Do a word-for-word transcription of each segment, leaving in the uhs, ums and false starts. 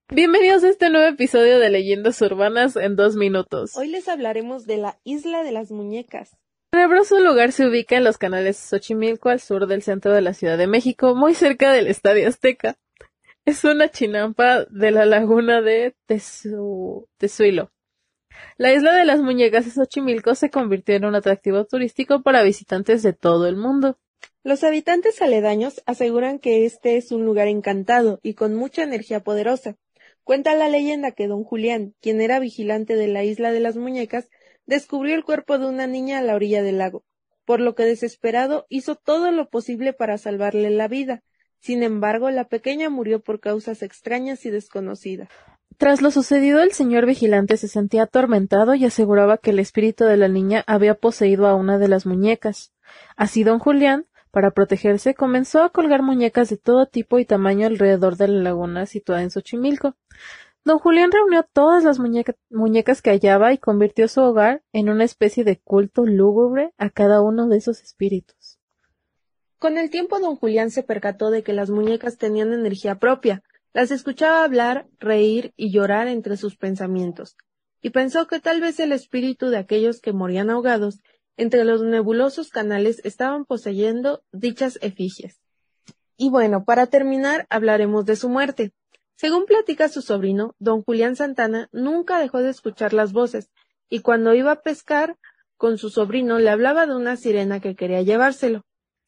Bienvenidos a este nuevo episodio de Leyendas Urbanas en dos minutos. Hoy les hablaremos de la Isla de las Muñecas. El tenebroso lugar se ubica en los canales Xochimilco al sur del centro de la Ciudad de México, muy cerca del Estadio Azteca. Es una chinampa de la laguna de Tezu... Tezuilo. La Isla de las Muñecas de Xochimilco se convirtió en un atractivo turístico para visitantes de todo el mundo. Los habitantes aledaños aseguran que este es un lugar encantado y con mucha energía poderosa. Cuenta la leyenda que don Julián, quien era vigilante de la Isla de las Muñecas, descubrió el cuerpo de una niña a la orilla del lago, por lo que desesperado hizo todo lo posible para salvarle la vida. Sin embargo, la pequeña murió por causas extrañas y desconocidas. Tras lo sucedido, el señor vigilante se sentía atormentado y aseguraba que el espíritu de la niña había poseído a una de las muñecas. Así don Julián, para protegerse, comenzó a colgar muñecas de todo tipo y tamaño alrededor de la laguna situada en Xochimilco. Don Julián reunió todas las muñeca, muñecas que hallaba y convirtió su hogar en una especie de culto lúgubre a cada uno de esos espíritus. Con el tiempo don Julián se percató de que las muñecas tenían energía propia, las escuchaba hablar, reír y llorar entre sus pensamientos, y pensó que tal vez el espíritu de aquellos que morían ahogados entre los nebulosos canales estaban poseyendo dichas efigies. Y bueno, para terminar hablaremos de su muerte. Según platica su sobrino, don Julián Santana nunca dejó de escuchar las voces, y cuando iba a pescar con su sobrino le hablaba de una sirena que quería llevárselo.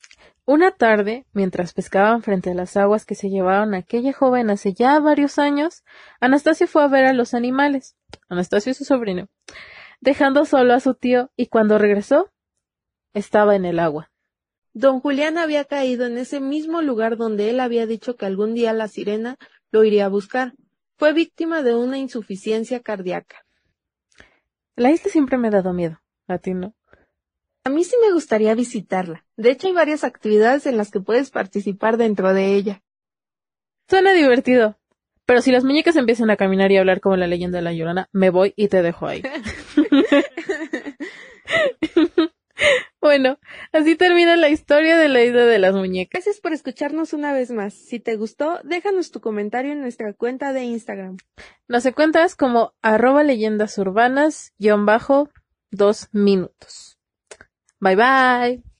Una tarde, mientras pescaban frente a las aguas que se llevaron a aquella joven hace ya varios años, Anastasio fue a ver a los animales, Anastasio y su sobrino, dejando solo a su tío, y cuando regresó, estaba en el agua. Don Julián había caído en ese mismo lugar donde él había dicho que algún día la sirena lo iría a buscar. Fue víctima de una insuficiencia cardíaca. La isla siempre me ha dado miedo, ¿a ti no? A mí sí me gustaría visitarla. De hecho, hay varias actividades en las que puedes participar dentro de ella. Suena divertido. Pero si las muñecas empiezan a caminar y a hablar como la leyenda de la Llorona, me voy y te dejo ahí. Bueno, así termina la historia de la Isla de las Muñecas. Gracias por escucharnos una vez más. Si te gustó, déjanos tu comentario en nuestra cuenta de Instagram. Nos encuentras como arroba leyendas urbanas guión bajo dos minutos. Bye bye.